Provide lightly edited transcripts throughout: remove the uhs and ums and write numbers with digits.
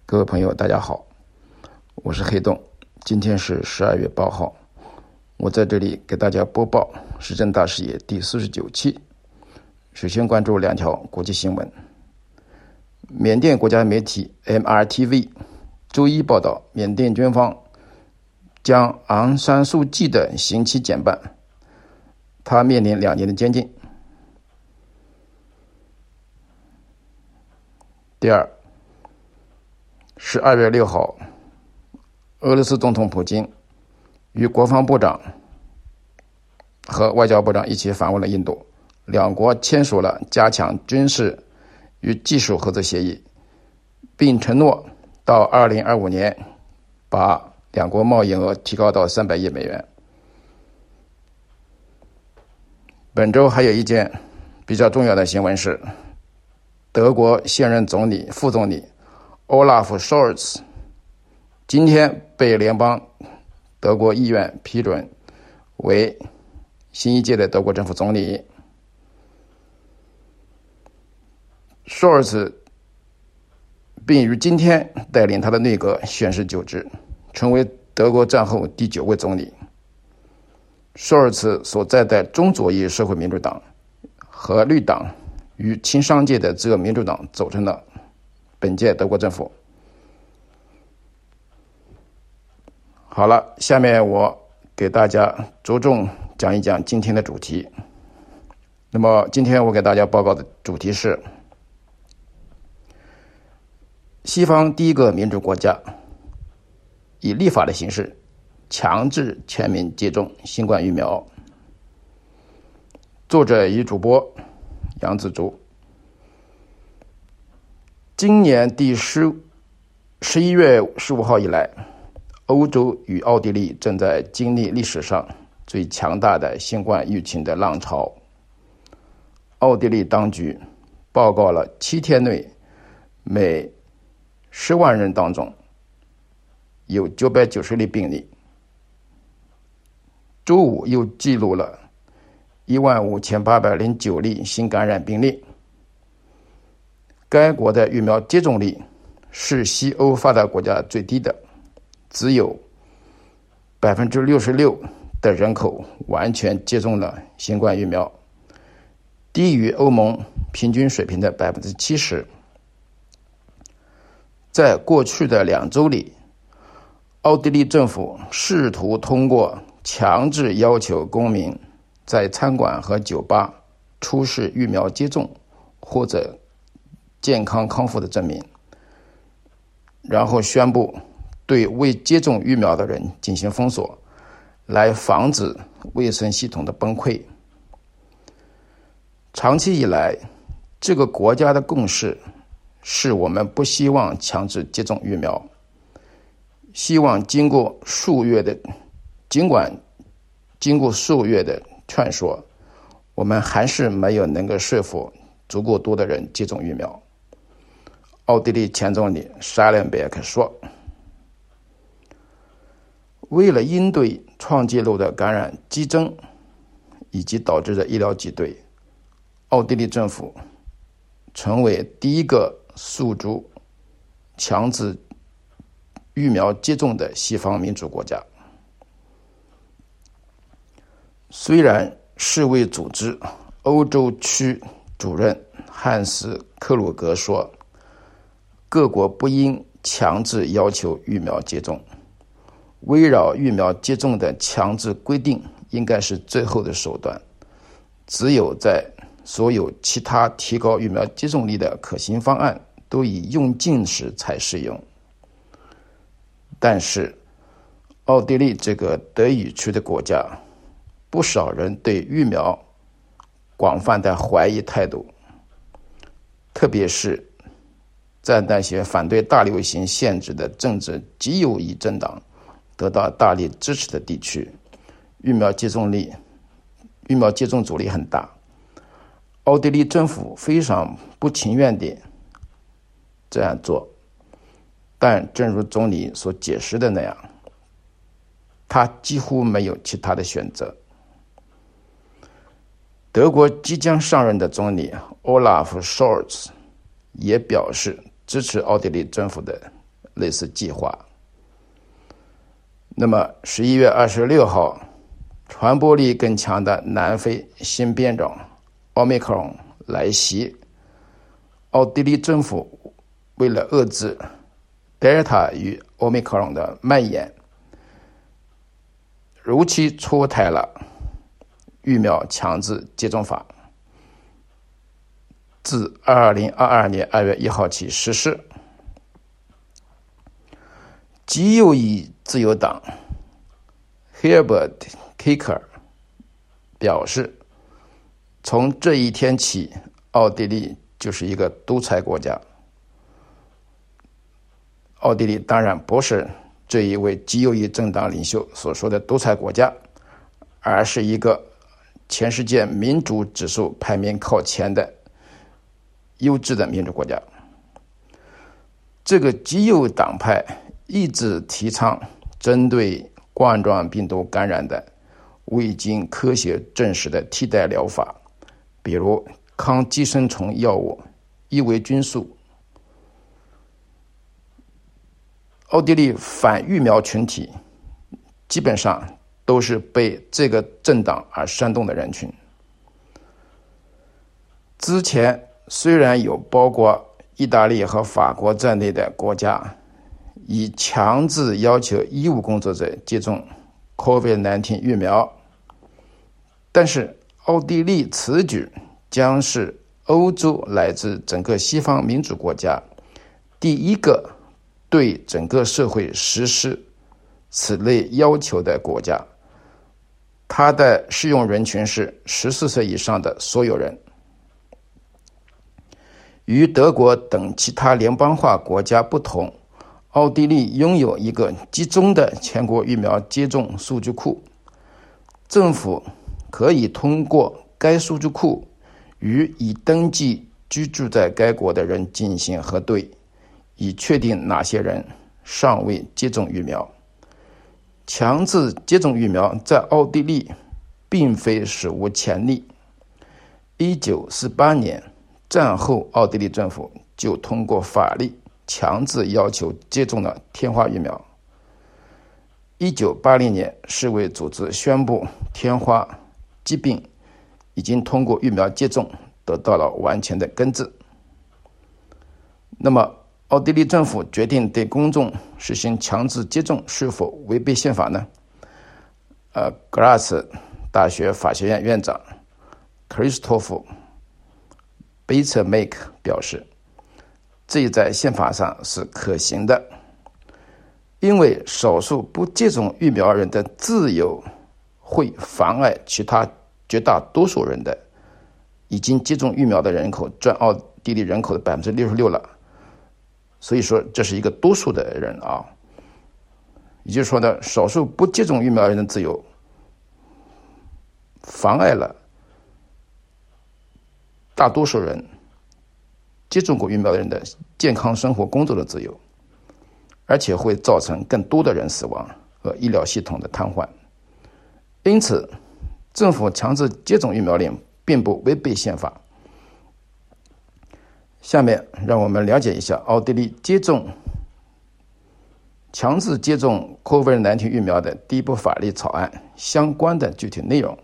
各位朋友大家好，我是黑洞，今天是12月8号，我在这里给大家播报时政大视野第49期。首先关注两条国际新闻。缅甸国家媒体 MRTV 周一报道，缅甸军方将昂山素季的刑期减半，他面临2年的监禁。第二，12月6号，俄罗斯总统普京与国防部长和外交部长一起访问了印度，两国签署了加强军事与技术合作协议，并承诺到2025年把两国贸易额提高到300亿美元。本周还有一件比较重要的新闻是，德国现任副总理Olaf Scholz 今天被联邦德国议院批准为新一届的德国政府总理。Scholz 并于今天带领他的内阁宣誓就职，成为德国战后第9位总理。Scholz 所在的中左翼社会民主党和绿党与亲商界的自由民主党组成了本届德国政府。好了，下面我给大家着重讲一讲今天的主题。那么今天我给大家报告的主题是西方第一个民主国家以立法的形式强制全民接种新冠疫苗。作者与主播杨子竹。今年11月15号以来，欧洲与奥地利正在经历历史上最强大的新冠疫情的浪潮。奥地利当局报告了7天内每10万人当中有990例病例，周五又记录了15809例新感染病例。该国的疫苗接种率是西欧发达国家最低的，只有 66% 的人口完全接种了新冠疫苗，低于欧盟平均水平的 70%。 在过去的2周里，奥地利政府试图通过强制要求公民在餐馆和酒吧出示疫苗接种或者健康康复的证明，然后宣布对未接种疫苗的人进行封锁，来防止卫生系统的崩溃。长期以来，这个国家的共识是我们不希望强制接种疫苗，希望尽管经过数月的劝说，我们还是没有能够说服足够多的人接种疫苗。奥地利前总理沙伦贝克说，为了应对创纪录的感染激增以及导致的医疗挤兑，奥地利政府成为第一个诉诸强制疫苗接种的西方民主国家。虽然世卫组织欧洲区主任汉斯·克鲁格说，各国不应强制要求疫苗接种，围绕疫苗接种的强制规定应该是最后的手段，只有在所有其他提高疫苗接种率的可行方案都已用尽时才适用。但是奥地利这个德语区的国家，不少人对疫苗广泛的怀疑态度，特别是在那些反对大流行限制的政治极右翼政党得到大力支持的地区，疫苗接种阻力很大。奥地利政府非常不情愿地这样做，但正如总理所解释的那样，他几乎没有其他的选择。德国即将上任的总理 Olaf Scholz 也表示支持奥地利政府的类似计划。那么11月26号，传播力更强的南非新变种奥密克戎来袭，奥地利政府为了遏制德尔塔与奥密克戎的蔓延，如期出台了疫苗强制接种法，自2022年2月1号起实施。极右翼自由党 Herbert Kicker 表示，从这一天起，奥地利就是一个独裁国家。奥地利当然不是这一位极右翼政党领袖所说的独裁国家，而是一个全世界民主指数排名靠前的优质的民主国家。这个极右党派一直提倡针对冠状病毒感染的未经科学证实的替代疗法，比如抗寄生虫药物伊维菌素。奥地利反疫苗群体基本上都是被这个政党而煽动的人群。之前虽然有包括意大利和法国在内的国家以强制要求医务工作者接种 COVID-19 疫苗，但是奥地利此举将是欧洲乃至整个西方民主国家第一个对整个社会实施此类要求的国家。它的适用人群是14岁以上的所有人。与德国等其他联邦化国家不同，奥地利拥有一个集中的全国疫苗接种数据库，政府可以通过该数据库与已登记居住在该国的人进行核对，以确定哪些人尚未接种疫苗。强制接种疫苗在奥地利并非史无前例。1948年战后，奥地利政府就通过法律强制要求接种了天花疫苗。1980年，世卫组织宣布天花疾病已经通过疫苗接种得到了完全的根治。那么奥地利政府决定对公众实行强制接种，是否违背宪法呢？格拉茨大学法学院院长克里斯托弗·贝彻梅克表示，这在宪法上是可行的，因为少数不接种疫苗人的自由会妨碍其他绝大多数人的已经接种疫苗的人口占奥地利人口的 66% 了。所以说这是一个多数的人啊，也就是说呢，少数不接种疫苗人的自由妨碍了大多数人接种过疫苗的人的健康生活工作的自由，而且会造成更多的人死亡和医疗系统的瘫痪。因此政府强制接种疫苗令并不违背宪法。下面让我们了解一下奥地利强制接种 COVID-19 疫苗的第一部法律草案相关的具体内容。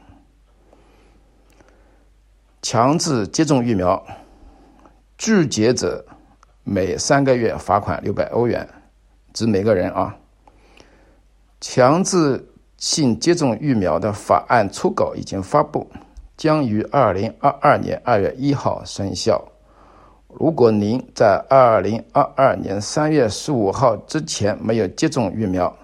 强制接种疫苗，拒绝者每3个月罚款600欧元，指每个人啊。强制性接种疫苗的法案初稿已经发布，将于2022年2月1号生效。如果您在2022年3月15号之前没有接种疫苗，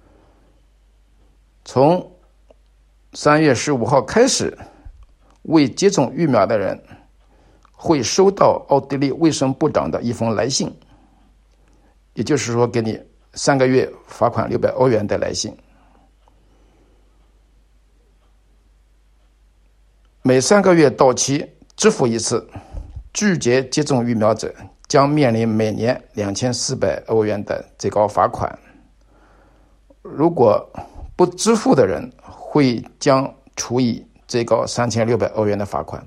从3月15号开始，未接种疫苗的人会收到奥地利卫生部长的一封来信，也就是说给你3个月罚款600欧元的来信。每3个月到期支付一次，拒绝接种疫苗者将面临每年2400欧元的最高罚款。如果不支付的人会将处以最高3600欧元的罚款。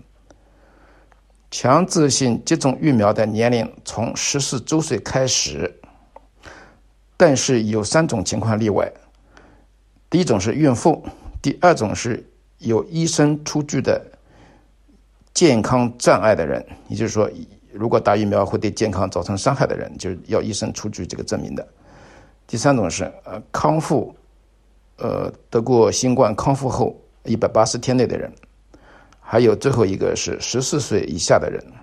强制性接种疫苗的年龄从14周岁开始， 但是有3种情况例外。第一种是孕妇，第二种是有医生出具的健康障碍的人，也就是说如果打疫苗会对健康造成伤害的人，就是要医生出具这个证明的。第三种是康复得过新冠康复后180天内的人，还有最后一个是14岁以下的人。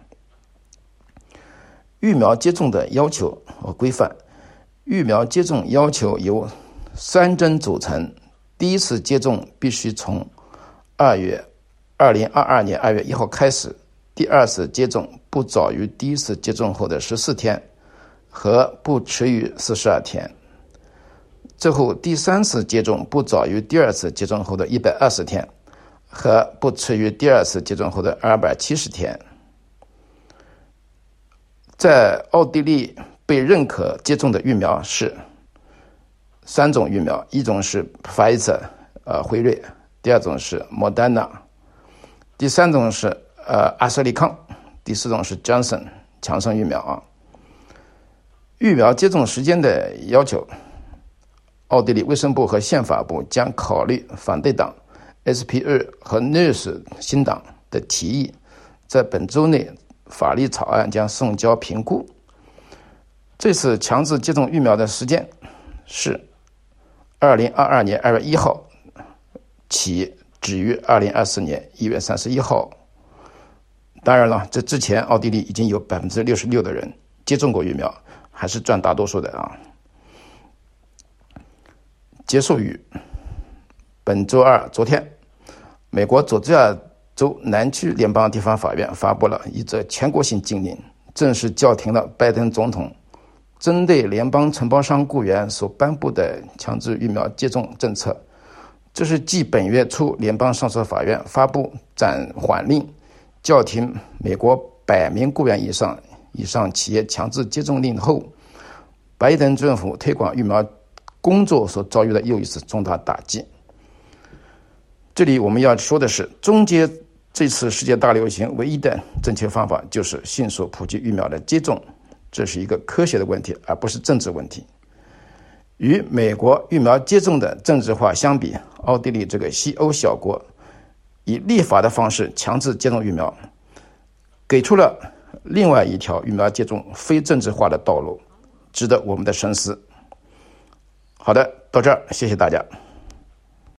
疫苗接种的要求和规范，疫苗接种要求由3针组成，第一次接种必须从2022年2月1号开始，第二次接种不早于第一次接种后的14天和不迟于42天，最后第3次接种不早于第二次接种后的120天和不迟于第二次接种后的270天。在奥地利被认可接种的疫苗是3种疫苗，一种是 Pfizer 辉瑞，第二种是 Moderna， 第三种是阿斯利康，第四种是 Johnson 强生疫苗疫苗接种时间的要求，奥地利卫生部和宪法部将考虑反对党 SPÖ 和 NEOS 新党的提议，在本周内法律草案将送交评估。这次强制接种疫苗的时间是2022年2月1号起，止于2024年1月31号。当然了，这之前奥地利已经有 66% 的人接种过疫苗，还是占大多数的结束于本周二，昨天，美国佐治亚州南区联邦地方法院发布了一则全国性禁令，正式叫停了拜登总统针对联邦承包商雇员所颁布的强制疫苗接种政策。这是继本月初联邦上诉法院发布暂缓令，叫停美国100名雇员以上企业强制接种令后，拜登政府推广疫苗工作所遭遇的又一次重大打击。这里我们要说的是，终结这次世界大流行唯一的正确方法就是迅速普及疫苗的接种，这是一个科学的问题，而不是政治问题。与美国疫苗接种的政治化相比，奥地利这个西欧小国以立法的方式强制接种疫苗，给出了另外一条疫苗接种非政治化的道路，值得我们的深思。好的，到这儿，谢谢大家。